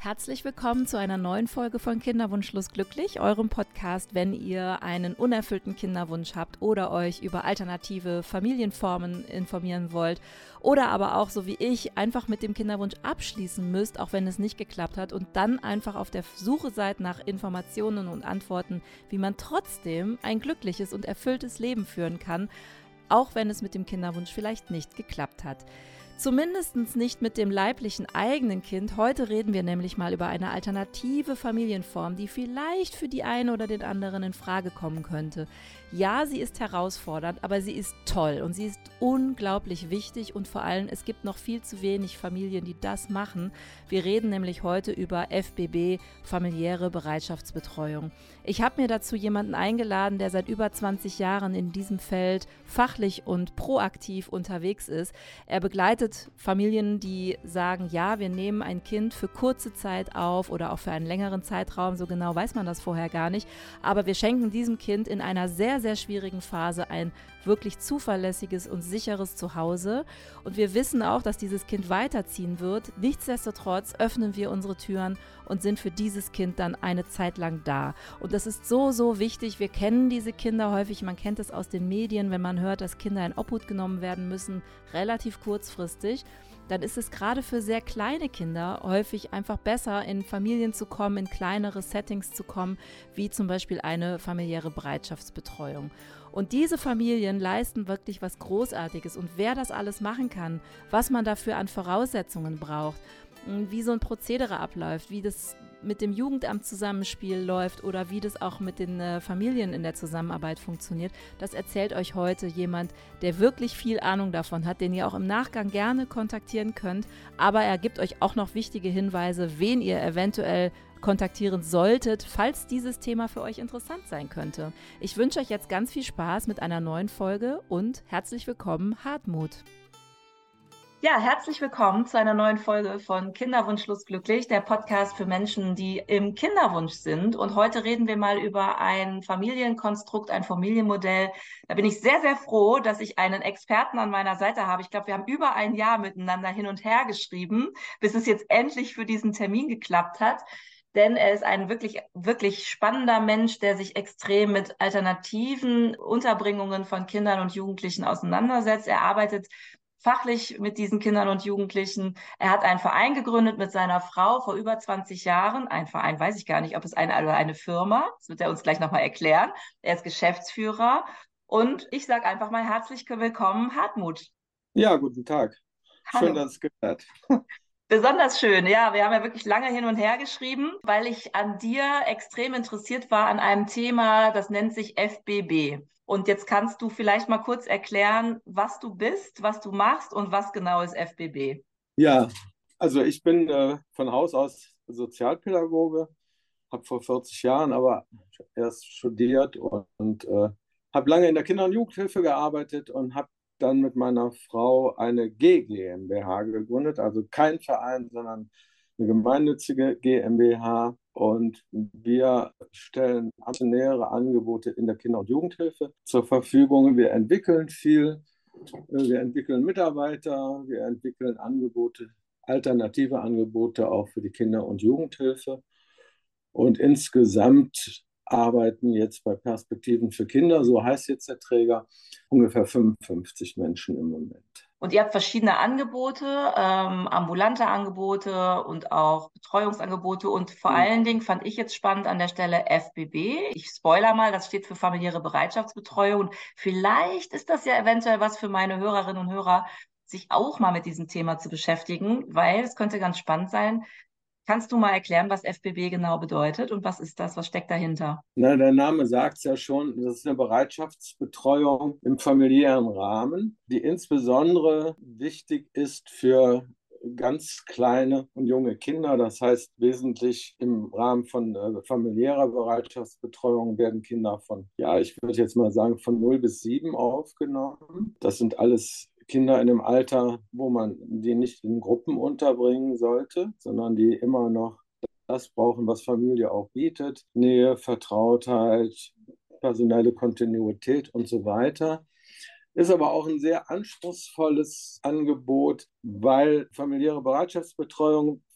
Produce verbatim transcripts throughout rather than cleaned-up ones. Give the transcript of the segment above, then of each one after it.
Herzlich willkommen zu einer neuen Folge von Kinderwunschlos glücklich, eurem Podcast, wenn ihr einen unerfüllten Kinderwunsch habt oder euch über alternative Familienformen informieren wollt oder aber auch, so wie ich, einfach mit dem Kinderwunsch abschließen müsst, auch wenn es nicht geklappt hat und dann einfach auf der Suche seid nach Informationen und Antworten, wie man trotzdem ein glückliches und erfülltes Leben führen kann, auch wenn es mit dem Kinderwunsch vielleicht nicht geklappt hat. Zumindest nicht mit dem leiblichen eigenen Kind. Heute reden wir nämlich mal über eine alternative Familienform, die vielleicht für die eine oder den anderen in Frage kommen könnte. Ja, sie ist herausfordernd, aber sie ist toll und sie ist unglaublich wichtig und vor allem, es gibt noch viel zu wenig Familien, die das machen. Wir reden nämlich heute über F B B, familiäre Bereitschaftsbetreuung. Ich habe mir dazu jemanden eingeladen, der seit über zwanzig Jahren in diesem Feld fachlich und proaktiv unterwegs ist. Er begleitet Familien, die sagen, ja, wir nehmen ein Kind für kurze Zeit auf oder auch für einen längeren Zeitraum, so genau weiß man das vorher gar nicht, aber wir schenken diesem Kind in einer sehr, sehr schwierigen Phase ein wirklich zuverlässiges und sicheres Zuhause und wir wissen auch, dass dieses Kind weiterziehen wird. Nichtsdestotrotz öffnen wir unsere Türen und sind für dieses Kind dann eine Zeit lang da. Und das ist so, so wichtig. Wir kennen diese Kinder häufig, man kennt es aus den Medien, wenn man hört, dass Kinder in Obhut genommen werden müssen, relativ kurzfristig. Dann ist es gerade für sehr kleine Kinder häufig einfach besser, in Familien zu kommen, in kleinere Settings zu kommen, wie zum Beispiel eine familiäre Bereitschaftsbetreuung. Und diese Familien leisten wirklich was Großartiges. Und wer das alles machen kann, was man dafür an Voraussetzungen braucht, wie so ein Prozedere abläuft, wie das mit dem Jugendamt Zusammenspiel läuft oder wie das auch mit den äh, Familien in der Zusammenarbeit funktioniert, das erzählt euch heute jemand, der wirklich viel Ahnung davon hat, den ihr auch im Nachgang gerne kontaktieren könnt, aber er gibt euch auch noch wichtige Hinweise, wen ihr eventuell kontaktieren solltet, falls dieses Thema für euch interessant sein könnte. Ich wünsche euch jetzt ganz viel Spaß mit einer neuen Folge und herzlich willkommen, Hartmut. Ja, herzlich willkommen zu einer neuen Folge von Kinderwunschlos glücklich, der Podcast für Menschen, die im Kinderwunsch sind. Und heute reden wir mal über ein Familienkonstrukt, ein Familienmodell. Da bin ich sehr, sehr froh, dass ich einen Experten an meiner Seite habe. Ich glaube, wir haben über ein Jahr miteinander hin und her geschrieben, bis es jetzt endlich für diesen Termin geklappt hat. Denn er ist ein wirklich, wirklich spannender Mensch, der sich extrem mit alternativen Unterbringungen von Kindern und Jugendlichen auseinandersetzt. Er arbeitet fachlich mit diesen Kindern und Jugendlichen. Er hat einen Verein gegründet mit seiner Frau vor über zwanzig Jahren. Ein Verein, weiß ich gar nicht, ob es eine oder eine Firma. Das wird er uns gleich nochmal erklären. Er ist Geschäftsführer. Und ich sage einfach mal herzlich willkommen, Hartmut. Ja, guten Tag. Hallo. Schön, dass es gehört. Besonders schön, ja. Wir haben ja wirklich lange hin und her geschrieben, weil ich an dir extrem interessiert war an einem Thema, das nennt sich F B B. Und jetzt kannst du vielleicht mal kurz erklären, was du bist, was du machst und was genau ist F B B. Ja, also ich bin äh, von Haus aus Sozialpädagoge, habe vor vierzig Jahren aber erst studiert und, und äh, habe lange in der Kinder- und Jugendhilfe gearbeitet und habe dann mit meiner Frau eine G GmbH gegründet, also kein Verein, sondern eine gemeinnützige GmbH. Und wir stellen aktionäre Angebote in der Kinder- und Jugendhilfe zur Verfügung. Wir entwickeln viel, wir entwickeln Mitarbeiter, wir entwickeln Angebote, alternative Angebote auch für die Kinder- und Jugendhilfe. Und insgesamt arbeiten jetzt bei Perspektiven für Kinder, so heißt jetzt der Träger, ungefähr fünfundfünfzig Menschen im Moment. Und ihr habt verschiedene Angebote, ähm, ambulante Angebote und auch Betreuungsangebote. Und vor allen Dingen fand ich jetzt spannend an der Stelle F B B. Ich spoiler mal, das steht für familiäre Bereitschaftsbetreuung. Und vielleicht ist das ja eventuell was für meine Hörerinnen und Hörer, sich auch mal mit diesem Thema zu beschäftigen, weil es könnte ganz spannend sein. Kannst du mal erklären, was F B B genau bedeutet und was ist das, was steckt dahinter? Na, der Name sagt es ja schon, das ist eine Bereitschaftsbetreuung im familiären Rahmen, die insbesondere wichtig ist für ganz kleine und junge Kinder. Das heißt, wesentlich im Rahmen von äh, familiärer Bereitschaftsbetreuung werden Kinder von, ja, ich würde jetzt mal sagen, von null bis sieben aufgenommen. Das sind alles Kinder in einem Alter, wo man die nicht in Gruppen unterbringen sollte, sondern die immer noch das brauchen, was Familie auch bietet. Nähe, Vertrautheit, personelle Kontinuität und so weiter. Ist aber auch ein sehr anspruchsvolles Angebot, weil familiäre Bereitschaftsbetreuung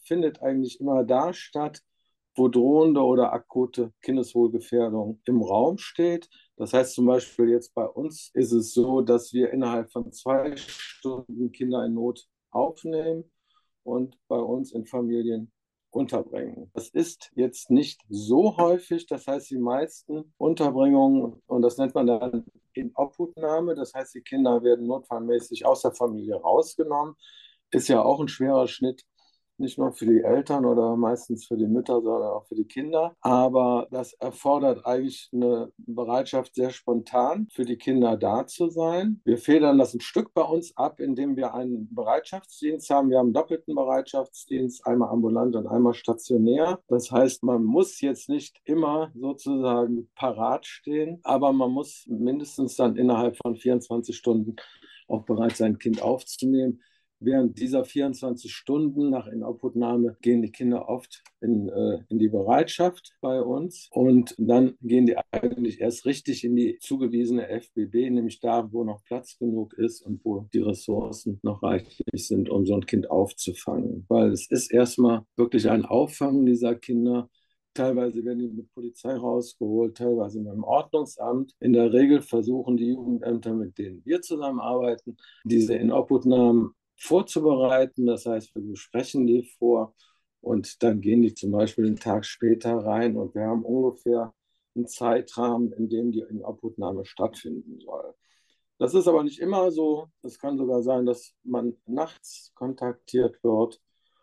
findet eigentlich immer da statt, wo drohende oder akute Kindeswohlgefährdung im Raum steht. Das heißt zum Beispiel jetzt bei uns ist es so, dass wir innerhalb von zwei Stunden Kinder in Not aufnehmen und bei uns in Familien unterbringen. Das ist jetzt nicht so häufig, das heißt die meisten Unterbringungen, und das nennt man dann Inobhutnahme, das heißt die Kinder werden notfallmäßig aus der Familie rausgenommen, ist ja auch ein schwerer Schnitt, nicht nur für die Eltern oder meistens für die Mütter, sondern auch für die Kinder. Aber das erfordert eigentlich eine Bereitschaft, sehr spontan für die Kinder da zu sein. Wir federn das ein Stück bei uns ab, indem wir einen Bereitschaftsdienst haben. Wir haben einen doppelten Bereitschaftsdienst, einmal ambulant und einmal stationär. Das heißt, man muss jetzt nicht immer sozusagen parat stehen, aber man muss mindestens dann innerhalb von vierundzwanzig Stunden auch bereit sein, ein Kind aufzunehmen. Während dieser vierundzwanzig Stunden nach Inobhutnahme gehen die Kinder oft in, äh, in die Bereitschaft bei uns und dann gehen die eigentlich erst richtig in die zugewiesene F B B, nämlich da, wo noch Platz genug ist und wo die Ressourcen noch reichlich sind, um so ein Kind aufzufangen. Weil es ist erstmal wirklich ein Auffangen dieser Kinder. Teilweise werden die mit Polizei rausgeholt, teilweise mit dem Ordnungsamt. In der Regel versuchen die Jugendämter, mit denen wir zusammenarbeiten, diese Inobhutnahmen vorzubereiten. Das heißt, wir besprechen die vor und dann gehen die zum Beispiel einen Tag später rein und wir haben ungefähr einen Zeitrahmen, in dem die Inobhutnahme stattfinden soll. Das ist aber nicht immer so. Es kann sogar sein, dass man nachts kontaktiert wird.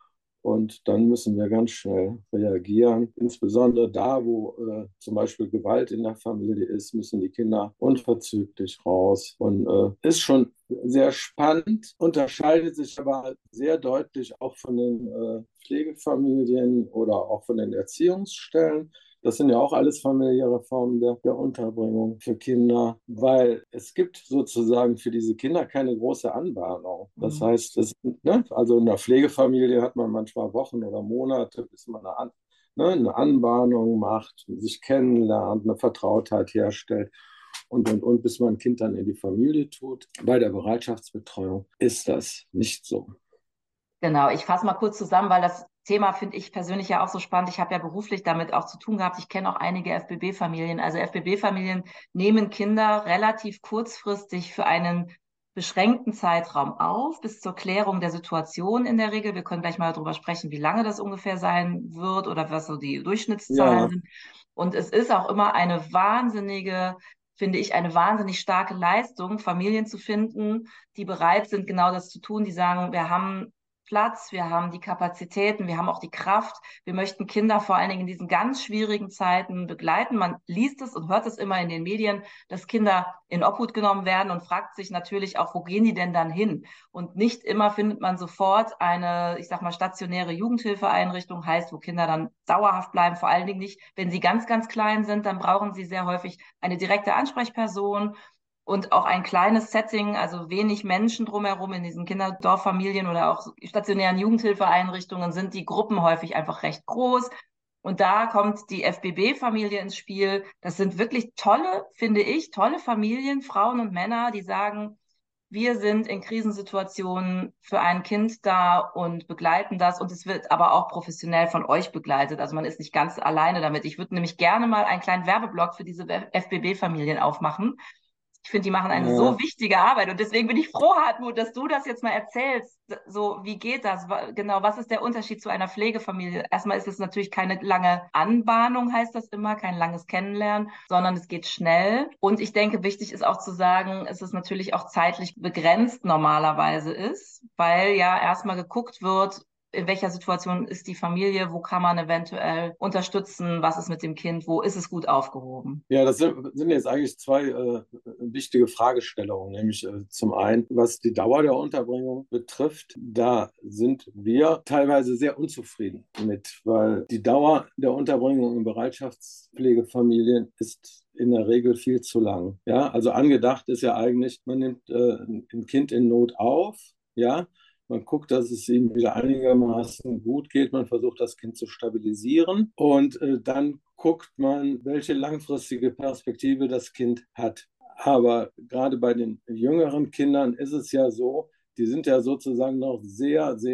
Und dann müssen wir ganz schnell reagieren. Insbesondere da, wo äh, zum Beispiel Gewalt in der Familie ist, müssen die Kinder unverzüglich raus. Und äh, ist schon sehr spannend, unterscheidet sich aber sehr deutlich auch von den äh, Pflegefamilien oder auch von den Erziehungsstellen. Das sind ja auch alles familiäre Formen der, der Unterbringung für Kinder, weil es gibt sozusagen für diese Kinder keine große Anbahnung. Das Mhm. heißt, es, ne, also in der Pflegefamilie hat man manchmal Wochen oder Monate, bis man eine, An, ne, eine Anbahnung macht, sich kennenlernt, eine Vertrautheit herstellt und, und, und, bis man ein Kind dann in die Familie tut. Bei der Bereitschaftsbetreuung ist das nicht so. Genau, ich fasse mal kurz zusammen, weil das Thema finde ich persönlich ja auch so spannend. Ich habe ja beruflich damit auch zu tun gehabt. Ich kenne auch einige F B B-Familien. Also F B B-Familien nehmen Kinder relativ kurzfristig für einen beschränkten Zeitraum auf, bis zur Klärung der Situation in der Regel. Wir können gleich mal darüber sprechen, wie lange das ungefähr sein wird oder was so die Durchschnittszahlen Ja, sind. Und es ist auch immer eine wahnsinnige, finde ich, eine wahnsinnig starke Leistung, Familien zu finden, die bereit sind, genau das zu tun, die sagen, wir haben Platz, wir haben die Kapazitäten, wir haben auch die Kraft. Wir möchten Kinder vor allen Dingen in diesen ganz schwierigen Zeiten begleiten. Man liest es und hört es immer in den Medien, dass Kinder in Obhut genommen werden und fragt sich natürlich auch, wo gehen die denn dann hin? Und nicht immer findet man sofort eine, ich sag mal, stationäre Jugendhilfeeinrichtung, heißt, wo Kinder dann dauerhaft bleiben. Vor allen Dingen nicht, wenn sie ganz, ganz klein sind, dann brauchen sie sehr häufig eine direkte Ansprechperson. Und auch ein kleines Setting, also wenig Menschen drumherum in diesen Kinderdorffamilien oder auch stationären Jugendhilfeeinrichtungen sind die Gruppen häufig einfach recht groß. Und da kommt die F B B-Familie ins Spiel. Das sind wirklich tolle, finde ich, tolle Familien, Frauen und Männer, die sagen, wir sind in Krisensituationen für ein Kind da und begleiten das. Und es wird aber auch professionell von euch begleitet. Also man ist nicht ganz alleine damit. Ich würde nämlich gerne mal einen kleinen Werbeblock für diese F B B-Familien aufmachen. Ich finde, die machen eine so ja. wichtige Arbeit und deswegen bin ich froh, Hartmut, dass du das jetzt mal erzählst. So, wie geht das? Genau, was ist der Unterschied zu einer Pflegefamilie? Erstmal ist es natürlich keine lange Anbahnung, heißt das immer, kein langes Kennenlernen, sondern es geht schnell. Und ich denke, wichtig ist auch zu sagen, es ist natürlich auch zeitlich begrenzt normalerweise ist, weil ja erstmal geguckt wird, in welcher Situation ist die Familie, wo kann man eventuell unterstützen, was ist mit dem Kind, wo ist es gut aufgehoben. Ja, das sind, sind jetzt eigentlich zwei äh, wichtige Fragestellungen, nämlich äh, zum einen, was die Dauer der Unterbringung betrifft, da sind wir teilweise sehr unzufrieden mit, weil die Dauer der Unterbringung in Bereitschaftspflegefamilien ist in der Regel viel zu lang. Ja, also angedacht ist ja eigentlich, man nimmt äh, ein Kind in Not auf, ja, man guckt, dass es ihm wieder einigermaßen gut geht. Man versucht, das Kind zu stabilisieren. Und äh, dann guckt man, welche langfristige Perspektive das Kind hat. Aber gerade bei den jüngeren Kindern ist es ja so, die sind ja sozusagen noch sehr, sehr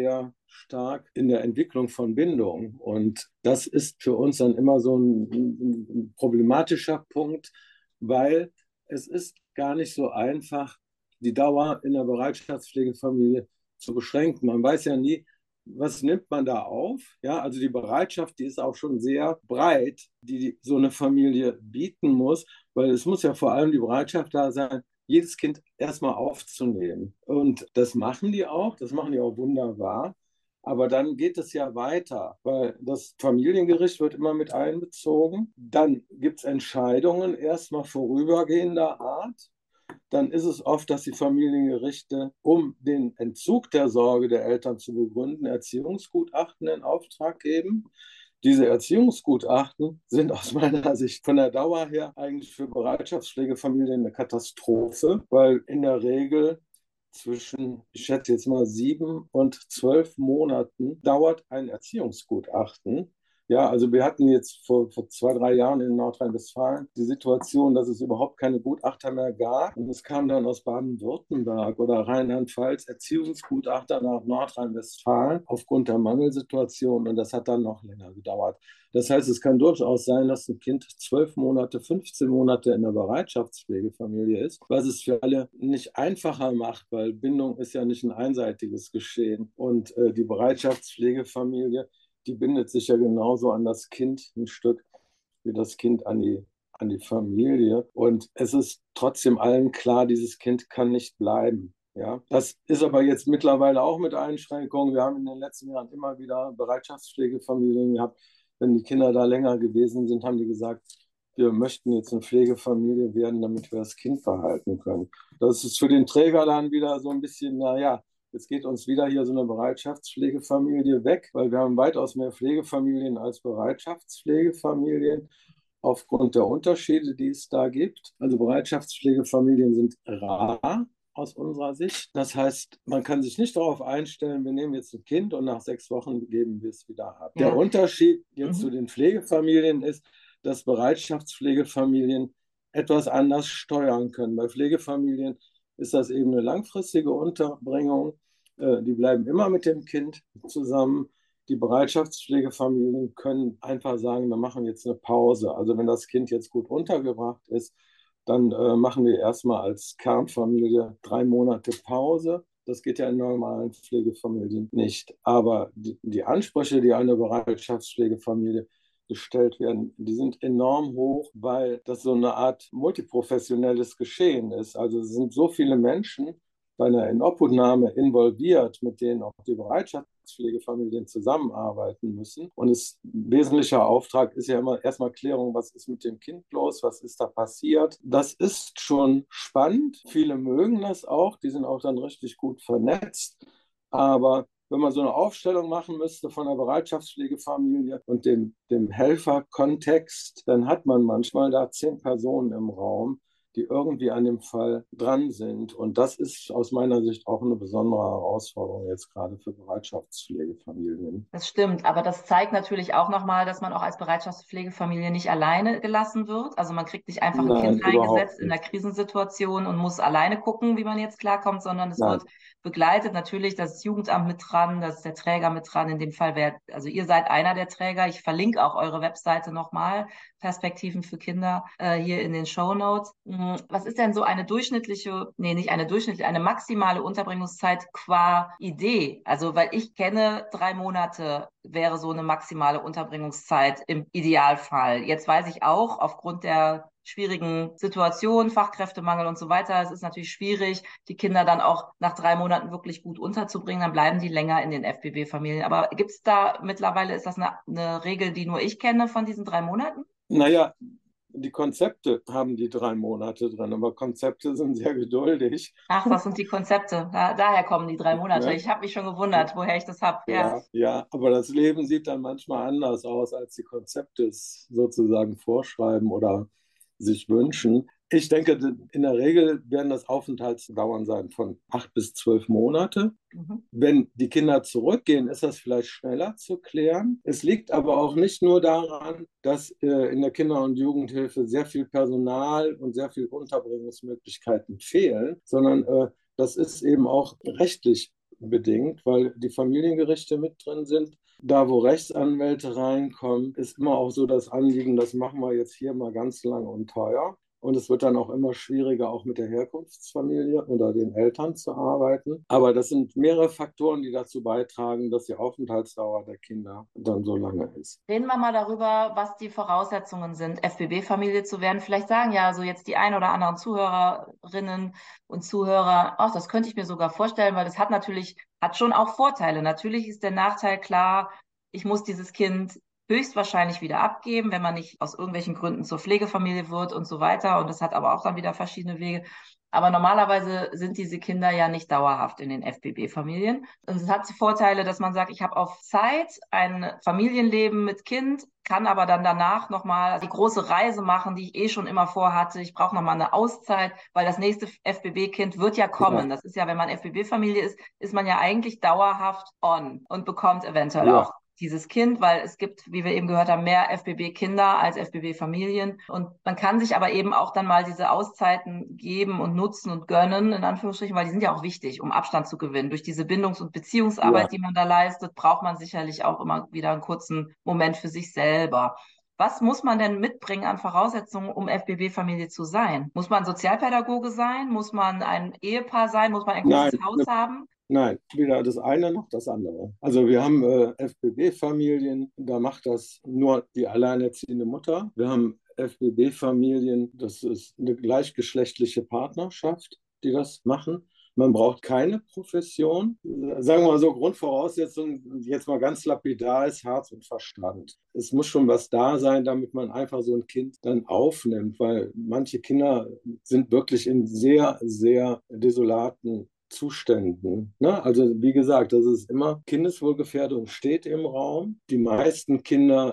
stark in der Entwicklung von Bindung. Und das ist für uns dann immer so ein, ein problematischer Punkt, weil es ist gar nicht so einfach, die Dauer in der Bereitschaftspflegefamilie zu beschränken. Man weiß ja nie, was nimmt man da auf? Ja, also die Bereitschaft, die ist auch schon sehr breit, die, die so eine Familie bieten muss, weil es muss ja vor allem die Bereitschaft da sein, jedes Kind erstmal aufzunehmen. Und das machen die auch, das machen die auch wunderbar. Aber dann geht es ja weiter, weil das Familiengericht wird immer mit einbezogen. Dann gibt es Entscheidungen erstmal vorübergehender Art. Dann ist es oft, dass die Familiengerichte, um den Entzug der Sorge der Eltern zu begründen, Erziehungsgutachten in Auftrag geben. Diese Erziehungsgutachten sind aus meiner Sicht von der Dauer her eigentlich für Bereitschaftspflegefamilien eine Katastrophe, weil in der Regel zwischen, ich schätze jetzt mal, sieben und zwölf Monaten dauert ein Erziehungsgutachten. Ja, also wir hatten jetzt vor, vor zwei, drei Jahren in Nordrhein-Westfalen die Situation, dass es überhaupt keine Gutachter mehr gab. Und es kam dann aus Baden-Württemberg oder Rheinland-Pfalz Erziehungsgutachter nach Nordrhein-Westfalen aufgrund der Mangelsituation. Und das hat dann noch länger gedauert. Das heißt, es kann durchaus sein, dass ein Kind zwölf Monate, fünfzehn Monate in der Bereitschaftspflegefamilie ist, was es für alle nicht einfacher macht, weil Bindung ist ja nicht ein einseitiges Geschehen. Und äh, die Bereitschaftspflegefamilie, die bindet sich ja genauso an das Kind ein Stück wie das Kind an die, an die Familie. Und es ist trotzdem allen klar, dieses Kind kann nicht bleiben. Ja, das ist aber jetzt mittlerweile auch mit Einschränkungen. Wir haben in den letzten Jahren immer wieder Bereitschaftspflegefamilien gehabt. Wenn die Kinder da länger gewesen sind, haben die gesagt, wir möchten jetzt eine Pflegefamilie werden, damit wir das Kind behalten können. Das ist für den Träger dann wieder so ein bisschen, naja, jetzt geht uns wieder hier so eine Bereitschaftspflegefamilie weg, weil wir haben weitaus mehr Pflegefamilien als Bereitschaftspflegefamilien aufgrund der Unterschiede, die es da gibt. Also Bereitschaftspflegefamilien sind rar aus unserer Sicht. Das heißt, man kann sich nicht darauf einstellen, wir nehmen jetzt ein Kind und nach sechs Wochen geben wir es wieder ab. Ja. Der Unterschied jetzt mhm. zu den Pflegefamilien ist, dass Bereitschaftspflegefamilien etwas anders steuern können. Bei Pflegefamilien ist das eben eine langfristige Unterbringung. Die bleiben immer mit dem Kind zusammen. Die Bereitschaftspflegefamilien können einfach sagen, wir machen jetzt eine Pause. Also wenn das Kind jetzt gut untergebracht ist, dann äh, machen wir erstmal als Kernfamilie drei Monate Pause. Das geht ja in normalen Pflegefamilien nicht. Aber die, die Ansprüche, die eine Bereitschaftspflegefamilie gestellt werden, die sind enorm hoch, weil das so eine Art multiprofessionelles Geschehen ist. Also es sind so viele Menschen bei einer Inobhutnahme involviert, mit denen auch die Bereitschaftspflegefamilien zusammenarbeiten müssen. Und das wesentliche Auftrag ist ja immer erstmal Klärung, was ist mit dem Kind los, was ist da passiert. Das ist schon spannend. Viele mögen das auch, die sind auch dann richtig gut vernetzt. Aber wenn man so eine Aufstellung machen müsste von der Bereitschaftspflegefamilie und dem, dem Helferkontext, dann hat man manchmal da zehn Personen im Raum, die irgendwie an dem Fall dran sind. Und das ist aus meiner Sicht auch eine besondere Herausforderung jetzt gerade für Bereitschaftspflegefamilien. Das stimmt, aber das zeigt natürlich auch nochmal, dass man auch als Bereitschaftspflegefamilie nicht alleine gelassen wird. Also man kriegt nicht einfach ein Nein, Kind reingesetzt in einer Krisensituation und muss alleine gucken, wie man jetzt klarkommt, sondern es Nein. wird begleitet. Natürlich, das ist Jugendamt mit dran, das ist der Träger mit dran. In dem Fall wäre, also ihr seid einer der Träger. Ich verlinke auch eure Webseite nochmal, Perspektiven für Kinder, äh, hier in den Shownotes. Was ist denn so eine durchschnittliche, nee, nicht eine durchschnittliche, eine maximale Unterbringungszeit qua Idee? Also, weil ich kenne, drei Monate wäre so eine maximale Unterbringungszeit im Idealfall. Jetzt weiß ich auch, aufgrund der schwierigen Situation, Fachkräftemangel und so weiter, es ist natürlich schwierig, die Kinder dann auch nach drei Monaten wirklich gut unterzubringen, dann bleiben die länger in den F B B-Familien. Aber gibt es da mittlerweile, ist das eine, eine Regel, die nur ich kenne von diesen drei Monaten? Naja, die Konzepte haben die drei Monate drin, aber Konzepte sind sehr geduldig. Ach, was sind die Konzepte? Da, daher kommen die drei Monate. Ja. Ich habe mich schon gewundert, woher ich das habe. Ja. ja, ja, aber das Leben sieht dann manchmal anders aus, als die Konzepte es sozusagen vorschreiben oder sich wünschen. Ich denke, in der Regel werden das Aufenthaltsdauern sein von acht bis zwölf Monate. Mhm. Wenn die Kinder zurückgehen, ist das vielleicht schneller zu klären. Es liegt aber auch nicht nur daran, dass äh, in der Kinder- und Jugendhilfe sehr viel Personal und sehr viele Unterbringungsmöglichkeiten fehlen, sondern äh, das ist eben auch rechtlich bedingt, weil die Familiengerichte mit drin sind. Da, wo Rechtsanwälte reinkommen, ist immer auch so das Anliegen, das machen wir jetzt hier mal ganz lang und teuer. Und es wird dann auch immer schwieriger, auch mit der Herkunftsfamilie oder den Eltern zu arbeiten. Aber das sind mehrere Faktoren, die dazu beitragen, dass die Aufenthaltsdauer der Kinder dann so lange ist. Reden wir mal darüber, was die Voraussetzungen sind, F B B-Familie zu werden. Vielleicht sagen ja so jetzt die ein oder anderen Zuhörerinnen und Zuhörer, ach, das könnte ich mir sogar vorstellen, weil das hat natürlich, hat schon auch Vorteile. Natürlich ist der Nachteil klar, ich muss dieses Kind höchstwahrscheinlich wieder abgeben, wenn man nicht aus irgendwelchen Gründen zur Pflegefamilie wird und so weiter. Und das hat aber auch dann wieder verschiedene Wege. Aber normalerweise sind diese Kinder ja nicht dauerhaft in den F B B-Familien. Und es hat Vorteile, dass man sagt, ich habe auf Zeit ein Familienleben mit Kind, kann aber dann danach nochmal die große Reise machen, die ich eh schon immer vorhatte. Ich brauche nochmal eine Auszeit, weil das nächste F B B-Kind wird ja kommen. Ja. Das ist ja, wenn man F B B-Familie ist, ist man ja eigentlich dauerhaft on und bekommt eventuell Ja. auch dieses Kind, weil es gibt, wie wir eben gehört haben, mehr F B B-Kinder als F B B-Familien. Und man kann sich aber eben auch dann mal diese Auszeiten geben und nutzen und gönnen, in Anführungsstrichen, weil die sind ja auch wichtig, um Abstand zu gewinnen. Durch diese Bindungs- und Beziehungsarbeit, Ja. die man da leistet, braucht man sicherlich auch immer wieder einen kurzen Moment für sich selber. Was muss man denn mitbringen an Voraussetzungen, um F B B-Familie zu sein? Muss man Sozialpädagoge sein? Muss man ein Ehepaar sein? Muss man ein großes Nein, Haus haben? nein, weder das eine noch das andere. Also wir haben äh, F B B-Familien, da macht das nur die alleinerziehende Mutter. Wir haben F B B-Familien, das ist eine gleichgeschlechtliche Partnerschaft, die das machen. Man braucht keine Profession. Sagen wir mal so, Grundvoraussetzung, jetzt mal ganz lapidar, ist Herz und Verstand. Es muss schon was da sein, damit man einfach so ein Kind dann aufnimmt, weil manche Kinder sind wirklich in sehr, sehr desolaten Zuständen. Ne? Also wie gesagt, das ist immer, Kindeswohlgefährdung steht im Raum. Die meisten Kinder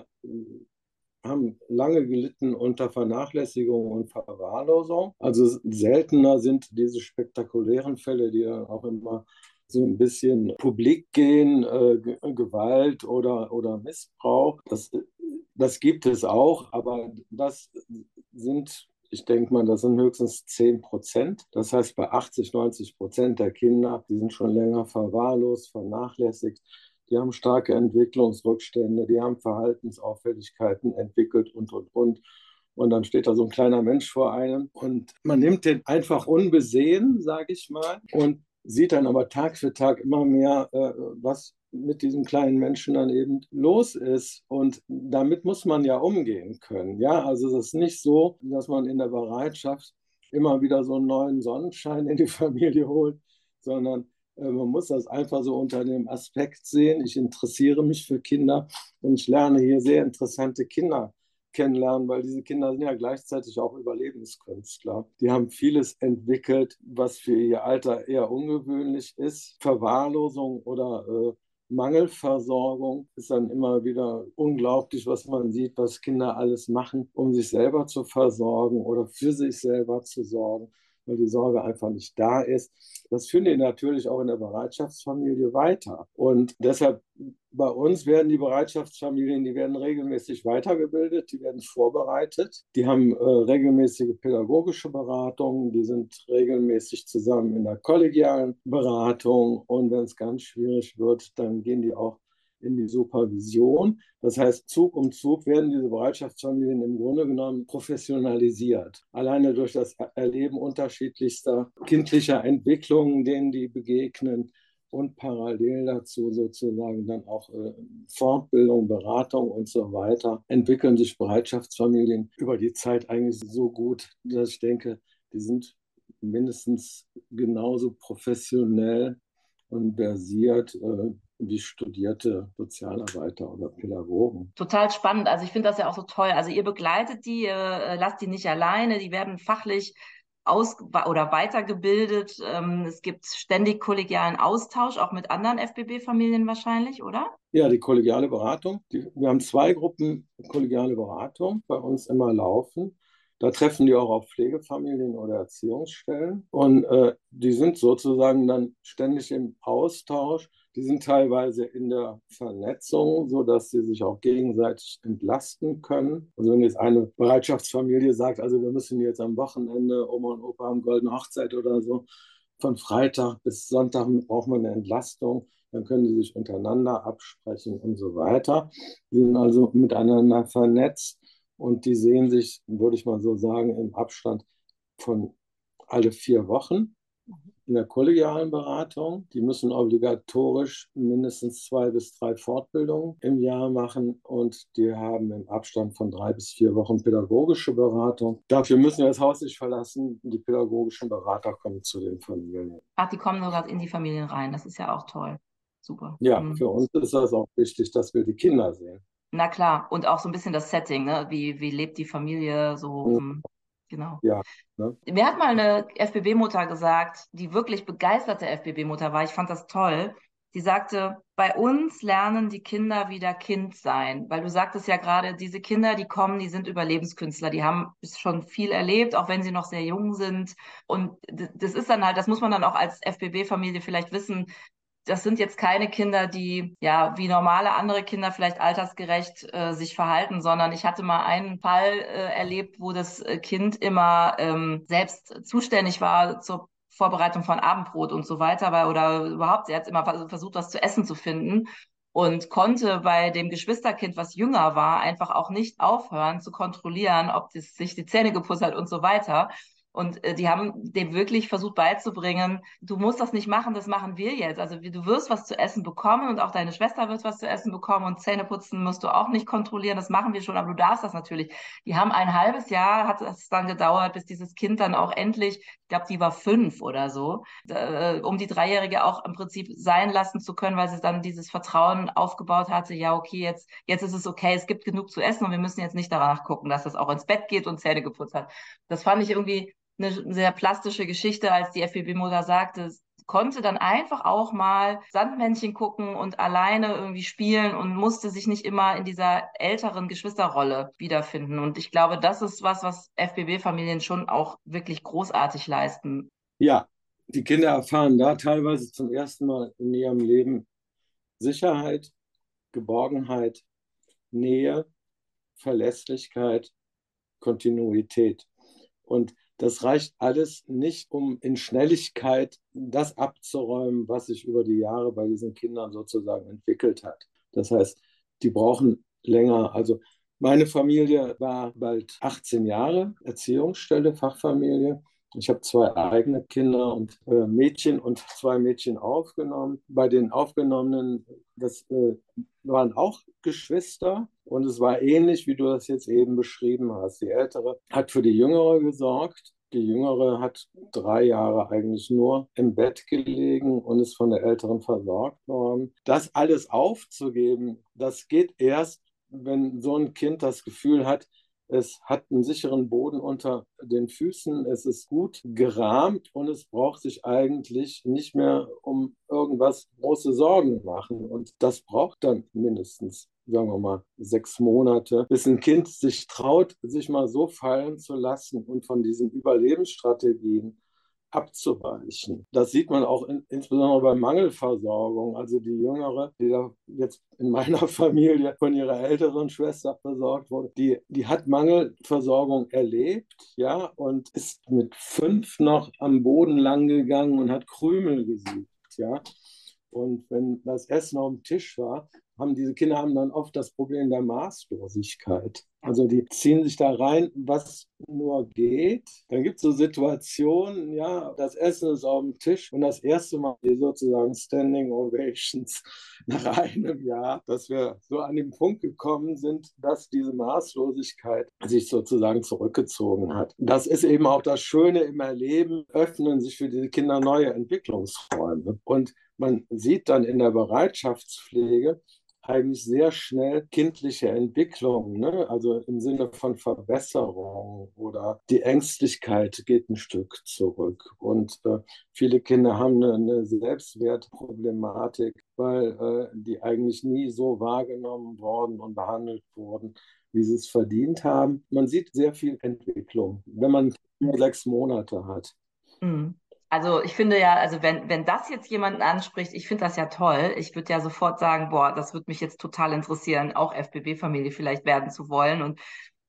haben lange gelitten unter Vernachlässigung und Verwahrlosung. Also seltener sind diese spektakulären Fälle, die dann auch immer so ein bisschen publik gehen, äh, Gewalt oder, oder Missbrauch. Das, das gibt es auch, aber das sind, ich denke mal, das sind höchstens zehn Prozent. Das heißt, bei achtzig, neunzig Prozent der Kinder, die sind schon länger verwahrlost, vernachlässigt. Die haben starke Entwicklungsrückstände, die haben Verhaltensauffälligkeiten entwickelt und, und, und. Und dann steht da so ein kleiner Mensch vor einem und man nimmt den einfach unbesehen, sage ich mal, und sieht dann aber Tag für Tag immer mehr, äh, was mit diesem kleinen Menschen dann eben los ist. Und damit muss man ja umgehen können. Ja, also es ist nicht so, dass man in der Bereitschaft immer wieder so einen neuen Sonnenschein in die Familie holt, sondern man muss das einfach so unter dem Aspekt sehen. Ich interessiere mich für Kinder und ich lerne hier sehr interessante Kinder kennenlernen, weil diese Kinder sind ja gleichzeitig auch Überlebenskünstler. Die haben vieles entwickelt, was für ihr Alter eher ungewöhnlich ist. Verwahrlosung oder äh, Mangelversorgung ist dann immer wieder unglaublich, was man sieht, was Kinder alles machen, um sich selber zu versorgen oder für sich selber zu sorgen, weil die Sorge einfach nicht da ist. Das führen die natürlich auch in der Bereitschaftsfamilie weiter. Und deshalb bei uns werden die Bereitschaftsfamilien, die werden regelmäßig weitergebildet, die werden vorbereitet, die haben äh, regelmäßige pädagogische Beratungen, die sind regelmäßig zusammen in der kollegialen Beratung und wenn es ganz schwierig wird, dann gehen die auch in die Supervision. Das heißt, Zug um Zug werden diese Bereitschaftsfamilien im Grunde genommen professionalisiert. Alleine durch das Erleben unterschiedlichster kindlicher Entwicklungen, denen die begegnen und parallel dazu sozusagen dann auch äh, Fortbildung, Beratung und so weiter, entwickeln sich Bereitschaftsfamilien über die Zeit eigentlich so gut, dass ich denke, die sind mindestens genauso professionell und versiert äh, wie studierte Sozialarbeiter oder Pädagogen. Total spannend. Also ich finde das ja auch so toll. Also ihr begleitet die, ihr äh, lasst die nicht alleine, die werden fachlich aus oder weitergebildet. Ähm, es gibt ständig kollegialen Austausch, auch mit anderen F B B-Familien wahrscheinlich, oder? Ja, die kollegiale Beratung. Die, wir haben zwei Gruppen kollegiale Beratung bei uns immer laufen. Da treffen die auch auf Pflegefamilien oder Erziehungsstellen. Und äh, die sind sozusagen dann ständig im Austausch. Die sind teilweise in der Vernetzung, sodass sie sich auch gegenseitig entlasten können. Also wenn jetzt eine Bereitschaftsfamilie sagt, also wir müssen jetzt am Wochenende, Oma und Opa haben goldene Hochzeit oder so, von Freitag bis Sonntag braucht man eine Entlastung, dann können die sich untereinander absprechen und so weiter. Die sind also miteinander vernetzt und die sehen sich, würde ich mal so sagen, im Abstand von alle vier Wochen in der kollegialen Beratung. Die müssen obligatorisch mindestens zwei bis drei Fortbildungen im Jahr machen und die haben im Abstand von drei bis vier Wochen pädagogische Beratung. Dafür müssen wir das Haus nicht verlassen. Die pädagogischen Berater kommen zu den Familien. Ach, die kommen sogar in die Familien rein. Das ist ja auch toll. Super. Ja, Mhm. für uns ist das auch wichtig, dass wir die Kinder sehen. Na klar, und auch so ein bisschen das Setting, ne? Wie, wie lebt die Familie so? Mhm. Genau. Ja, ne? Mir hat mal eine F B B-Mutter gesagt, die wirklich begeisterte F B B-Mutter war. Ich fand das toll. Die sagte, bei uns lernen die Kinder wieder Kind sein. Weil du sagtest ja gerade, diese Kinder, die kommen, die sind Überlebenskünstler. Die haben schon viel erlebt, auch wenn sie noch sehr jung sind. Und das ist dann halt, das muss man dann auch als F B B-Familie vielleicht wissen, das sind jetzt keine Kinder, die ja wie normale andere Kinder vielleicht altersgerecht äh, sich verhalten, sondern ich hatte mal einen Fall äh, erlebt, wo das Kind immer ähm, selbst zuständig war zur Vorbereitung von Abendbrot und so weiter, weil, oder überhaupt, sie hat immer versucht, was zu essen zu finden und konnte bei dem Geschwisterkind, was jünger war, einfach auch nicht aufhören zu kontrollieren, ob das sich die Zähne geputzt hat und so weiter. Und äh, die haben dem wirklich versucht beizubringen, du musst das nicht machen, das machen wir jetzt. Also wie, du wirst was zu essen bekommen und auch deine Schwester wird was zu essen bekommen und Zähneputzen musst du auch nicht kontrollieren, das machen wir schon, aber du darfst das natürlich. Die haben ein halbes Jahr, hat es dann gedauert, bis dieses Kind dann auch endlich, ich glaube, die war fünf oder so, äh, um die Dreijährige auch im Prinzip sein lassen zu können, weil sie dann dieses Vertrauen aufgebaut hatte, ja okay, jetzt, jetzt ist es okay, es gibt genug zu essen und wir müssen jetzt nicht danach gucken, dass das auch ins Bett geht und Zähne geputzt hat. Das fand ich irgendwie eine sehr plastische Geschichte, als die F B B-Mutter sagte, konnte dann einfach auch mal Sandmännchen gucken und alleine irgendwie spielen und musste sich nicht immer in dieser älteren Geschwisterrolle wiederfinden. Und ich glaube, das ist was, was F B B-Familien schon auch wirklich großartig leisten. Ja, die Kinder erfahren da teilweise zum ersten Mal in ihrem Leben Sicherheit, Geborgenheit, Nähe, Verlässlichkeit, Kontinuität. Und das reicht alles nicht, um in Schnelligkeit das abzuräumen, was sich über die Jahre bei diesen Kindern sozusagen entwickelt hat. Das heißt, die brauchen länger. Also meine Familie war bald achtzehn Jahre Erziehungsstelle, Fachfamilie. Ich habe zwei eigene Kinder und äh, Mädchen und zwei Mädchen aufgenommen. Bei den Aufgenommenen, das äh, waren auch Geschwister und es war ähnlich, wie du das jetzt eben beschrieben hast. Die Ältere hat für die Jüngere gesorgt. Die Jüngere hat drei Jahre eigentlich nur im Bett gelegen und ist von der Älteren versorgt worden. Das alles aufzugeben, das geht erst, wenn so ein Kind das Gefühl hat, es hat einen sicheren Boden unter den Füßen, es ist gut gerahmt und es braucht sich eigentlich nicht mehr um irgendwas große Sorgen machen. Und das braucht dann mindestens, sagen wir mal, sechs Monate, bis ein Kind sich traut, sich mal so fallen zu lassen und von diesen Überlebensstrategien abzuweichen. Das sieht man auch in, insbesondere bei Mangelversorgung. Also die Jüngere, die da jetzt in meiner Familie von ihrer älteren Schwester versorgt wurde, die, die hat Mangelversorgung erlebt, ja, und ist mit fünf noch am Boden lang gegangen und hat Krümel gesucht, ja. Und wenn das Essen auf dem Tisch war, haben diese Kinder haben dann oft das Problem der Maßlosigkeit. Also die ziehen sich da rein, was nur geht. Dann gibt es so Situationen, ja, das Essen ist auf dem Tisch und das erste Mal sozusagen Standing Ovations nach einem Jahr, dass wir so an den Punkt gekommen sind, dass diese Maßlosigkeit sich sozusagen zurückgezogen hat. Das ist eben auch das Schöne im Erleben, öffnen sich für diese Kinder neue Entwicklungsräume. Und man sieht dann in der Bereitschaftspflege eigentlich sehr schnell kindliche Entwicklung, ne? Also im Sinne von Verbesserung oder die Ängstlichkeit geht ein Stück zurück. Und äh, viele Kinder haben eine, eine Selbstwertproblematik, weil äh, die eigentlich nie so wahrgenommen worden und behandelt wurden, wie sie es verdient haben. Man sieht sehr viel Entwicklung, wenn man nur sechs Monate hat. Mhm. Also ich finde ja, also wenn, wenn das jetzt jemanden anspricht, ich finde das ja toll. Ich würde ja sofort sagen, boah, das würde mich jetzt total interessieren, auch F B B-Familie vielleicht werden zu wollen. Und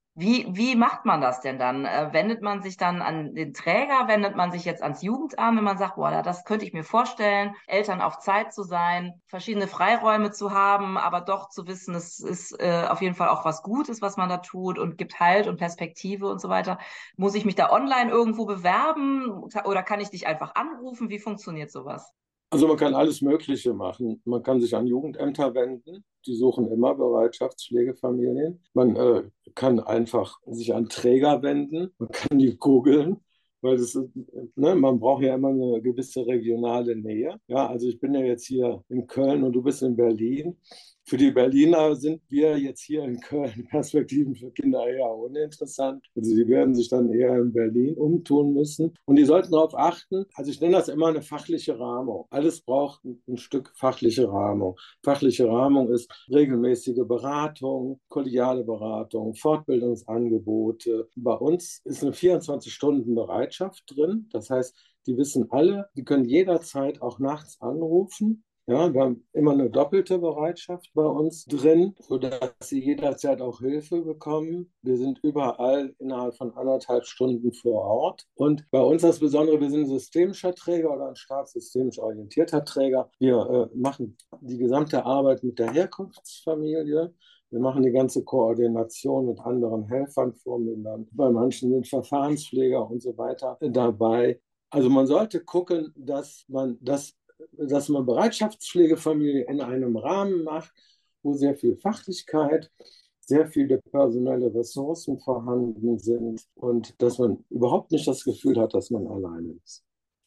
Wie, wie macht man das denn dann? Äh, wendet man sich dann an den Träger? Wendet man sich jetzt ans Jugendamt, wenn man sagt, boah, das könnte ich mir vorstellen, Eltern auf Zeit zu sein, verschiedene Freiräume zu haben, aber doch zu wissen, es ist äh, auf jeden Fall auch was Gutes, was man da tut und gibt Halt und Perspektive und so weiter. Muss ich mich da online irgendwo bewerben oder kann ich dich einfach anrufen? Wie funktioniert sowas? Also man kann alles Mögliche machen. Man kann sich an Jugendämter wenden. Die suchen immer Bereitschaftspflegefamilien. Man äh, kann einfach sich an Träger wenden. Man kann die googeln, weil das ist, ne, man braucht ja immer eine gewisse regionale Nähe. Ja, also ich bin ja jetzt hier in Köln und du bist in Berlin. Für die Berliner sind wir jetzt hier in Köln Perspektiven für Kinder eher uninteressant. Also die werden sich dann eher in Berlin umtun müssen. Und die sollten darauf achten, also ich nenne das immer eine fachliche Rahmung. Alles braucht ein, ein Stück fachliche Rahmung. Fachliche Rahmung ist regelmäßige Beratung, kollegiale Beratung, Fortbildungsangebote. Bei uns ist eine vierundzwanzig-Stunden-Bereitschaft drin. Das heißt, die wissen alle, die können jederzeit auch nachts anrufen. Ja, wir haben immer eine doppelte Bereitschaft bei uns drin, sodass sie jederzeit auch Hilfe bekommen. Wir sind überall innerhalb von anderthalb Stunden vor Ort. Und bei uns das Besondere, wir sind ein systemischer Träger oder ein stark systemisch orientierter Träger. Wir äh, machen die gesamte Arbeit mit der Herkunftsfamilie. Wir machen die ganze Koordination mit anderen Helfern, Vormündern. Bei manchen sind Verfahrenspfleger und so weiter dabei. Also man sollte gucken, dass man das dass man Bereitschaftspflegefamilie in einem Rahmen macht, wo sehr viel Fachlichkeit, sehr viele personelle Ressourcen vorhanden sind und dass man überhaupt nicht das Gefühl hat, dass man alleine ist.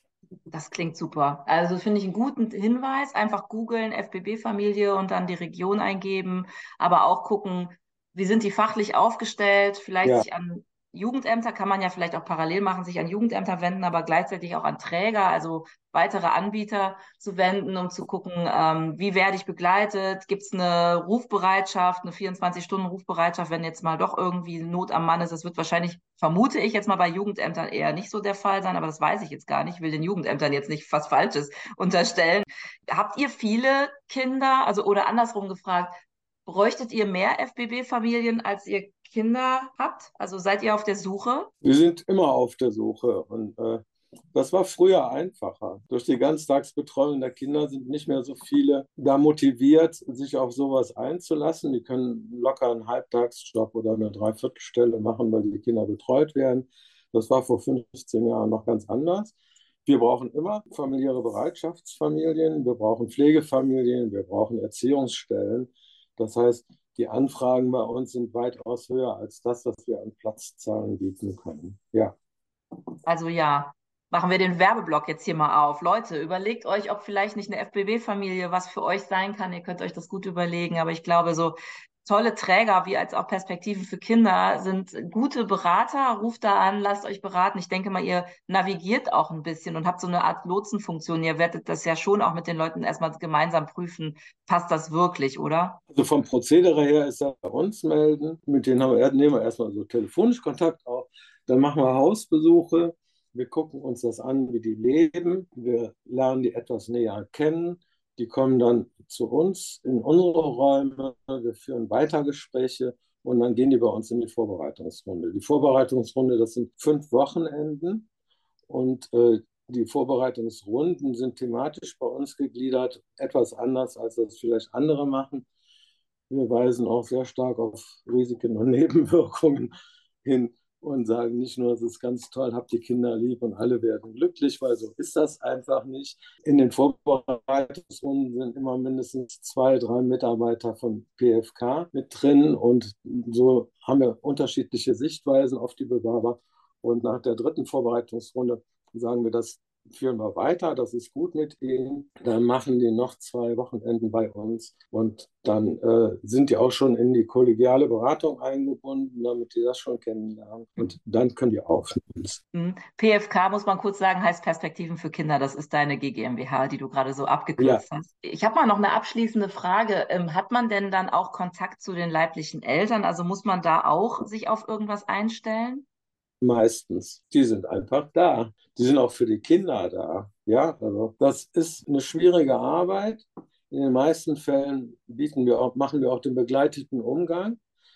Das klingt super. Also finde ich einen guten Hinweis. Einfach googeln, F B B-Familie und dann die Region eingeben, aber auch gucken, wie sind die fachlich aufgestellt, vielleicht Ja, sich an Jugendämter, kann man ja vielleicht auch parallel machen, sich an Jugendämter wenden, aber gleichzeitig auch an Träger, also weitere Anbieter zu wenden, um zu gucken, ähm, wie werde ich begleitet, gibt es eine Rufbereitschaft, eine vierundzwanzig-Stunden-Rufbereitschaft, wenn jetzt mal doch irgendwie Not am Mann ist. Das wird wahrscheinlich, vermute ich jetzt mal bei Jugendämtern eher nicht so der Fall sein, aber das weiß ich jetzt gar nicht. Ich will den Jugendämtern jetzt nicht was Falsches unterstellen. Habt ihr viele Kinder, also oder andersrum gefragt, bräuchtet ihr mehr F B B-Familien, als ihr Kinder habt? Also seid ihr auf der Suche? wir sind immer auf der Suche und äh, das war früher einfacher. Durch die Ganztagsbetreuung der Kinder sind nicht mehr so viele da motiviert, sich auf sowas einzulassen. Die können locker einen Halbtagsjob oder eine Dreiviertelstelle machen, weil die Kinder betreut werden. Das war vor fünfzehn Jahren noch ganz anders. Wir brauchen immer familiäre Bereitschaftsfamilien, wir brauchen Pflegefamilien, wir brauchen Erziehungsstellen. Das heißt, die Anfragen bei uns sind weitaus höher als das, was wir an Platzzahlen bieten können. Ja. Also ja, machen wir den Werbeblock jetzt hier mal auf. Leute, überlegt euch, ob vielleicht nicht eine F B B-Familie was für euch sein kann. Ihr könnt euch das gut überlegen. Aber ich glaube, so tolle Träger wie als auch Perspektiven für Kinder sind gute Berater. Ruft da an, lasst euch beraten. Ich denke mal, ihr navigiert auch ein bisschen und habt so eine Art Lotsenfunktion. Ihr werdet das ja schon auch mit den Leuten erstmal gemeinsam prüfen. Passt das wirklich, oder? Also vom Prozedere her ist er bei uns melden. Mit denen haben wir, nehmen wir erstmal so telefonisch Kontakt auf. Dann machen wir Hausbesuche. Wir gucken uns das an, wie die leben. Wir lernen die etwas näher kennen. Die kommen dann zu uns in unsere Räume. Wir führen Weitergespräche und dann gehen die bei uns in die Vorbereitungsrunde. Die Vorbereitungsrunde, das sind fünf Wochenenden und äh, die Vorbereitungsrunden sind thematisch bei uns gegliedert, etwas anders, als das vielleicht andere machen. Wir weisen auch sehr stark auf Risiken und Nebenwirkungen hin und sagen nicht nur, es ist ganz toll, habt die Kinder lieb und alle werden glücklich, weil so ist das einfach nicht. In den Vorbereitungsrunden sind immer mindestens zwei, drei Mitarbeiter von P F K mit drin und so haben wir unterschiedliche Sichtweisen auf die Bewerber. Und nach der dritten Vorbereitungsrunde sagen wir, das führen wir weiter, das ist gut mit ihnen. Dann machen die noch zwei Wochenenden bei uns und dann äh, sind die auch schon in die kollegiale Beratung eingebunden, damit die das schon kennenlernen. Und dann können die aufnehmen. Mhm. P F K, muss man kurz sagen, heißt Perspektiven für Kinder. Das ist deine G GmbH, die du gerade so Ja, abgekürzt hast. Ich habe mal noch eine abschließende Frage. Ähm, hat man denn dann auch Kontakt zu den leiblichen Eltern? Also muss man da auch sich auf irgendwas einstellen? meistens. Die sind einfach da. Die sind auch für die Kinder da. Ja, also das ist eine schwierige Arbeit. In den meisten Fällen bieten wir auch, machen wir auch den begleiteten Umgang.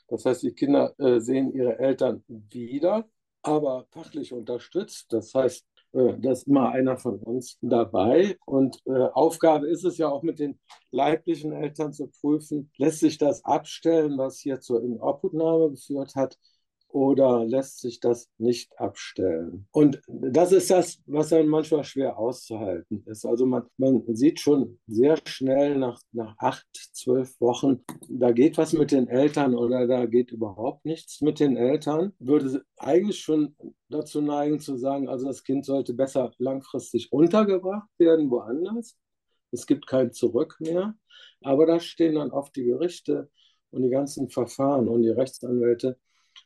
Das heißt, die Kinder äh, sehen ihre Eltern wieder, aber fachlich unterstützt. Das heißt, äh, da ist immer einer von uns dabei. Und äh, Aufgabe ist es ja auch mit den leiblichen Eltern zu prüfen, lässt sich das abstellen, was hier zur Inobhutnahme geführt hat, oder lässt sich das nicht abstellen? Und das ist das, was dann manchmal schwer auszuhalten ist. Also man, man sieht schon sehr schnell nach, nach acht, zwölf Wochen, da geht was mit den Eltern oder da geht überhaupt nichts mit den Eltern. Würde eigentlich schon dazu neigen zu sagen, also das Kind sollte besser langfristig untergebracht werden, woanders. Es gibt kein Zurück mehr. Aber da stehen dann oft die Gerichte und die ganzen Verfahren und die Rechtsanwälte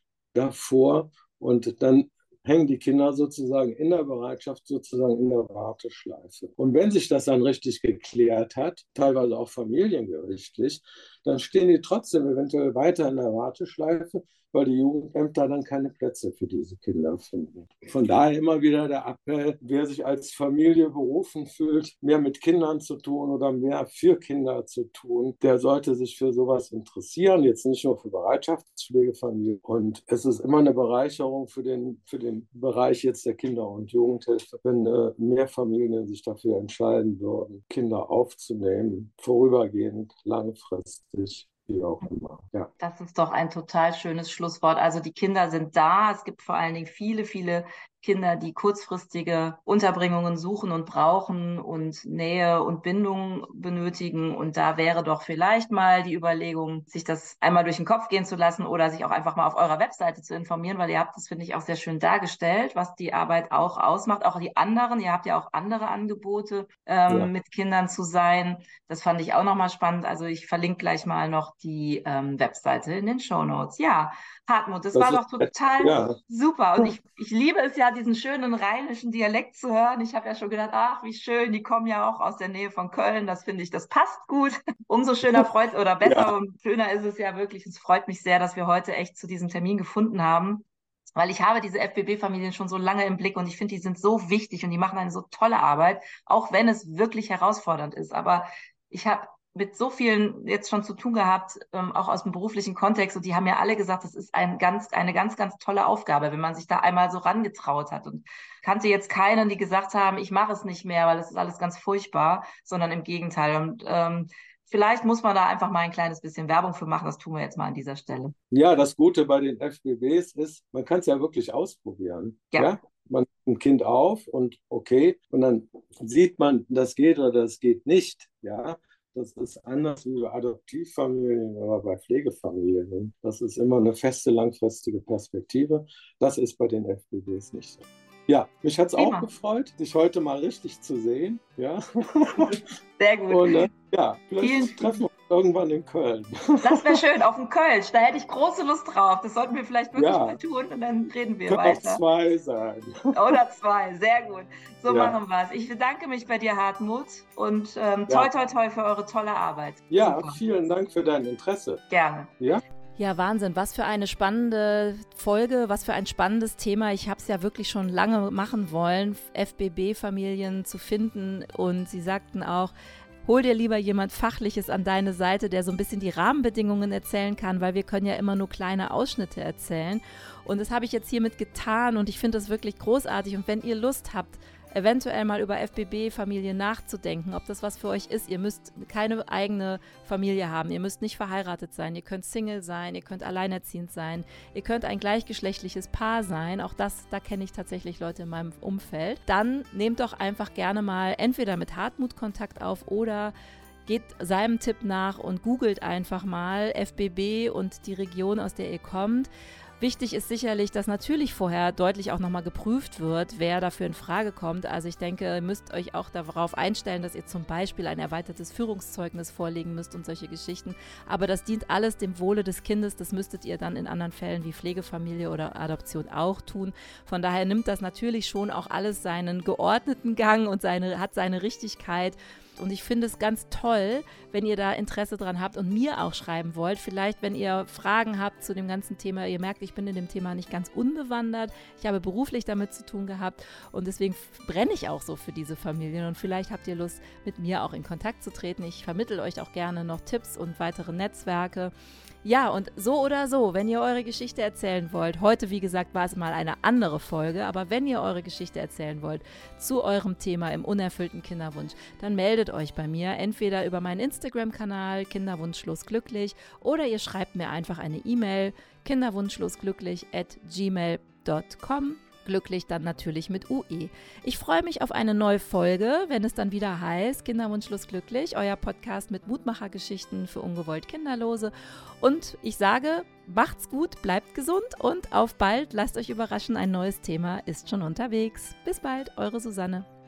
davor und dann hängen die Kinder sozusagen in der Bereitschaft, sozusagen in der Warteschleife. Und wenn sich das dann richtig geklärt hat, teilweise auch familiengerichtlich, dann stehen die trotzdem eventuell weiter in der Warteschleife, weil die Jugendämter dann keine Plätze für diese Kinder finden. Von daher immer wieder der Appell, wer sich als Familie berufen fühlt, mehr mit Kindern zu tun oder mehr für Kinder zu tun, der sollte sich für sowas interessieren, jetzt nicht nur für Bereitschaftspflegefamilien. Und es ist immer eine Bereicherung für den, für den Bereich jetzt der Kinder- und Jugendhilfe, wenn äh, mehr Familien sich dafür entscheiden würden, Kinder aufzunehmen, vorübergehend, langfristig. Wie auch immer. Ja. Das ist doch ein total schönes Schlusswort. Also die Kinder sind da. Es gibt vor allen Dingen viele, viele Kinder, die kurzfristige Unterbringungen suchen und brauchen und Nähe und Bindung benötigen. Und da wäre doch vielleicht mal die Überlegung, sich das einmal durch den Kopf gehen zu lassen oder sich auch einfach mal auf eurer Webseite zu informieren, weil ihr habt das, finde ich, auch sehr schön dargestellt, was die Arbeit auch ausmacht. Auch die anderen, ihr habt ja auch andere Angebote, ähm, ja. mit Kindern zu sein. Das fand ich auch nochmal spannend. Also ich verlinke gleich mal noch die ähm, Webseite in den Shownotes. Ja, Hartmut, das, das war doch total ja. super. Und ich, ich liebe es ja, diesen schönen rheinischen Dialekt zu hören. Ich habe ja schon gedacht, ach, wie schön, die kommen ja auch aus der Nähe von Köln. Das finde ich, das passt gut. Umso schöner freut oder besser ja. und schöner ist es ja wirklich. Es freut mich sehr, dass wir heute echt zu diesem Termin gefunden haben. Weil ich habe diese F B B-Familien schon so lange im Blick und ich finde, die sind so wichtig und die machen eine so tolle Arbeit, auch wenn es wirklich herausfordernd ist. Aber ich habe mit so vielen jetzt schon zu tun gehabt, ähm, auch aus dem beruflichen Kontext, und die haben ja alle gesagt, das ist ein ganz, eine ganz, ganz tolle Aufgabe, wenn man sich da einmal so rangetraut hat. Und kannte jetzt keinen, die gesagt haben, ich mache es nicht mehr, weil es ist alles ganz furchtbar, sondern im Gegenteil. Und ähm, vielleicht muss man da einfach mal ein kleines bisschen Werbung für machen. Das tun wir jetzt mal an dieser Stelle. Ja, das Gute bei den F B Bs ist, man kann es ja wirklich ausprobieren. Ja. ja? Man nimmt ein Kind auf und okay, und dann sieht man, das geht oder das geht nicht. Ja, das ist anders wie bei Adoptivfamilien oder bei Pflegefamilien. Das ist immer eine feste, langfristige Perspektive. Das ist bei den F B Bs nicht so. Ja, mich hat es auch gefreut, dich heute mal richtig zu sehen. Ja. Sehr gut. Und äh, ja, vielleicht Vielen treffen wir uns irgendwann in Köln. Das wäre schön, auf dem Kölsch. Da hätte ich große Lust drauf. Das sollten wir vielleicht wirklich ja. mal tun und dann reden wir Können weiter. Auch zwei sein. Oder zwei, sehr gut. So ja. machen wir es. Ich bedanke mich bei dir, Hartmut, und ähm, toi, toi, toi für eure tolle Arbeit. Ja, Super. Vielen Dank für dein Interesse. Gerne. Ja. Ja, Wahnsinn. Was für eine spannende Folge, was für ein spannendes Thema. Ich habe es ja wirklich schon lange machen wollen, F B B-Familien zu finden. Und Sie sagten auch, hol dir lieber jemand Fachliches an deine Seite, der so ein bisschen die Rahmenbedingungen erzählen kann, weil wir können ja immer nur kleine Ausschnitte erzählen. Und das habe ich jetzt hiermit getan und ich finde das wirklich großartig. Und wenn ihr Lust habt, eventuell mal über F B B-Familien nachzudenken, ob das was für euch ist. Ihr müsst keine eigene Familie haben, ihr müsst nicht verheiratet sein, ihr könnt Single sein, ihr könnt alleinerziehend sein, ihr könnt ein gleichgeschlechtliches Paar sein, auch das, da kenne ich tatsächlich Leute in meinem Umfeld. Dann nehmt doch einfach gerne mal entweder mit Hartmut Kontakt auf oder geht seinem Tipp nach und googelt einfach mal F B B und die Region, aus der ihr kommt. Wichtig ist sicherlich, dass natürlich vorher deutlich auch nochmal geprüft wird, wer dafür in Frage kommt. Also ich denke, ihr müsst euch auch darauf einstellen, dass ihr zum Beispiel ein erweitertes Führungszeugnis vorlegen müsst und solche Geschichten. Aber das dient alles dem Wohle des Kindes. Das müsstet ihr dann in anderen Fällen wie Pflegefamilie oder Adoption auch tun. Von daher nimmt das natürlich schon auch alles seinen geordneten Gang und seine, hat seine Richtigkeit. Und ich finde es ganz toll, wenn ihr da Interesse dran habt und mir auch schreiben wollt. Vielleicht, wenn ihr Fragen habt zu dem ganzen Thema. Ihr merkt, ich bin in dem Thema nicht ganz unbewandert. Ich habe beruflich damit zu tun gehabt und deswegen brenne ich auch so für diese Familien. Und vielleicht habt ihr Lust, mit mir auch in Kontakt zu treten. Ich vermittle euch auch gerne noch Tipps und weitere Netzwerke. Ja, und so oder so, wenn ihr eure Geschichte erzählen wollt, heute wie gesagt war es mal eine andere Folge, aber wenn ihr eure Geschichte erzählen wollt zu eurem Thema im unerfüllten Kinderwunsch, dann meldet euch bei mir, entweder über meinen Instagram-Kanal kinderwunschschlussglücklich oder ihr schreibt mir einfach eine E-Mail kinderwunschschlussglücklich at gmail punkt com. Glücklich dann natürlich mit U E. Ich freue mich auf eine neue Folge, wenn es dann wieder heißt Kinderwunschlos glücklich, euer Podcast mit Mutmachergeschichten für ungewollt Kinderlose. Und ich sage, macht's gut, bleibt gesund und auf bald, lasst euch überraschen, ein neues Thema ist schon unterwegs. Bis bald, eure Susanne.